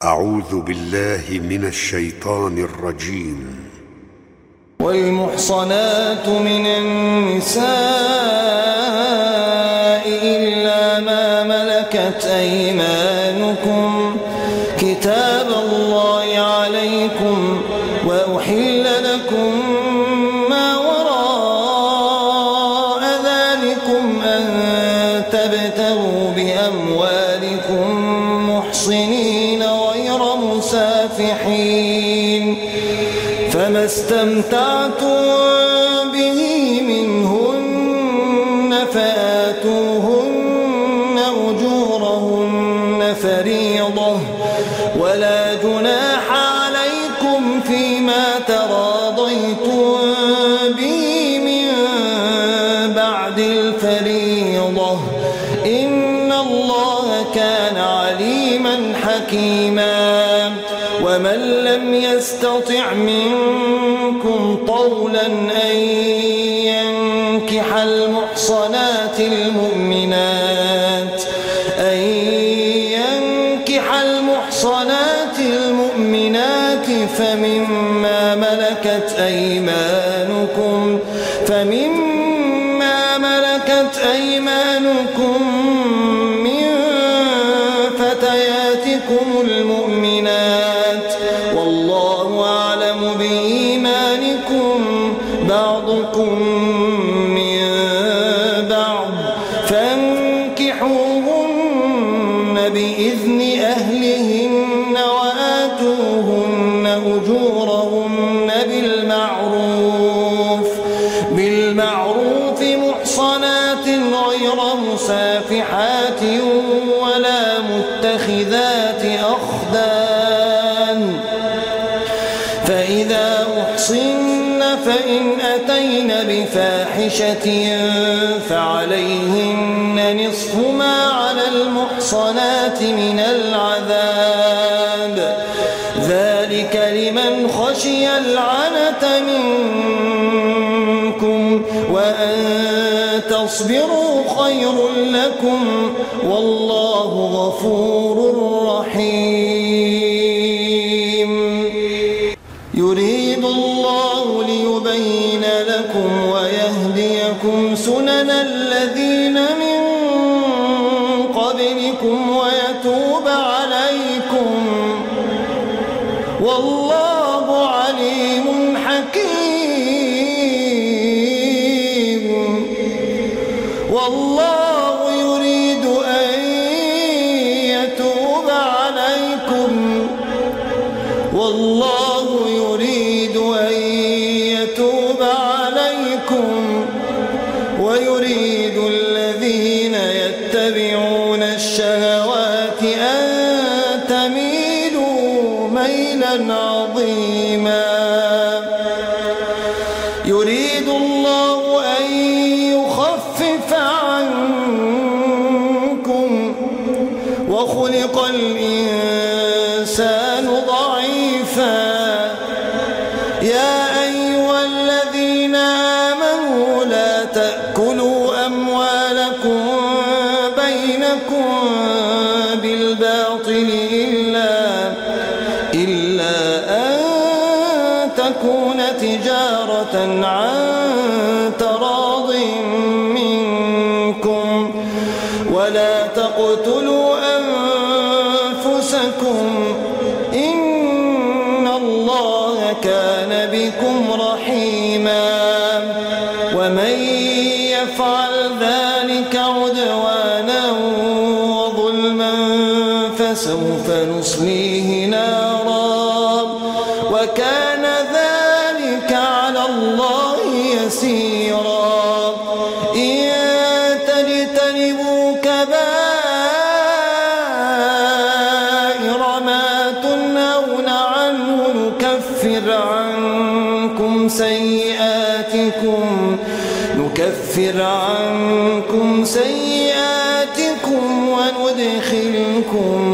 أعوذ بالله من الشيطان الرجيم. والمحصنات من النساء إلا ما ملكت أيمانكم كتاب الله عليكم وأحل لكم ما وراء ذلكم أن تبتغوا بأموالكم محصنين غير مسافحين فما استمتعتم به منهن فآتوهن أجورهن فريضة ولا جناح عليكم فيما تراضيتم به من بعد الفريضة إن الله كان عليما حكيما. ومن لم يستطع منكم طولا أن ينكح المحصنات المؤمنات فمما ملكت أيمانكم من فتياتكم المؤمنات والله أعلم بإيمانكم بعضكم من بعض فانكحوهن بإذن أهلهن وآتوهن أجورهن بالمعروف محصنات غير مسافحات ولا متخذات أخدان فإذا أحصن فإن أتين بفاحشة فعليهن نصف ما على المحصنات من العذاب ذلك لمن خشي العنة منكم وأن تصبروا خير لكم والله غفور رحيم. يريد الله ليبين لكم ويهديكم سنن الذين من قبلكم ويتوب عليكم والله عليم حكيم. والله يريد أن يتوب عليكم ويريد الذين يتبعون الشهوات أن تميلوا ميلا عظيما. يريد الله أن يخفف عنكم وخلق الإنسان ضعيفا. يا أيها الذين آمنوا لا تأكلوا أموالكم بينكم بالباطل إلا أن تكون تجارة عن تراض منكم ولا تقتلوا أنفسكم إن الله كان بكم رحيما. ومن يفعل ذلك عدوانا وظلما فسوف نصليه نارا وكان ذلك على الله يسيرا. إن تجتنبوا كبائر ما تنهون عنه نكفر عنكم سيئاتكم وندخلكم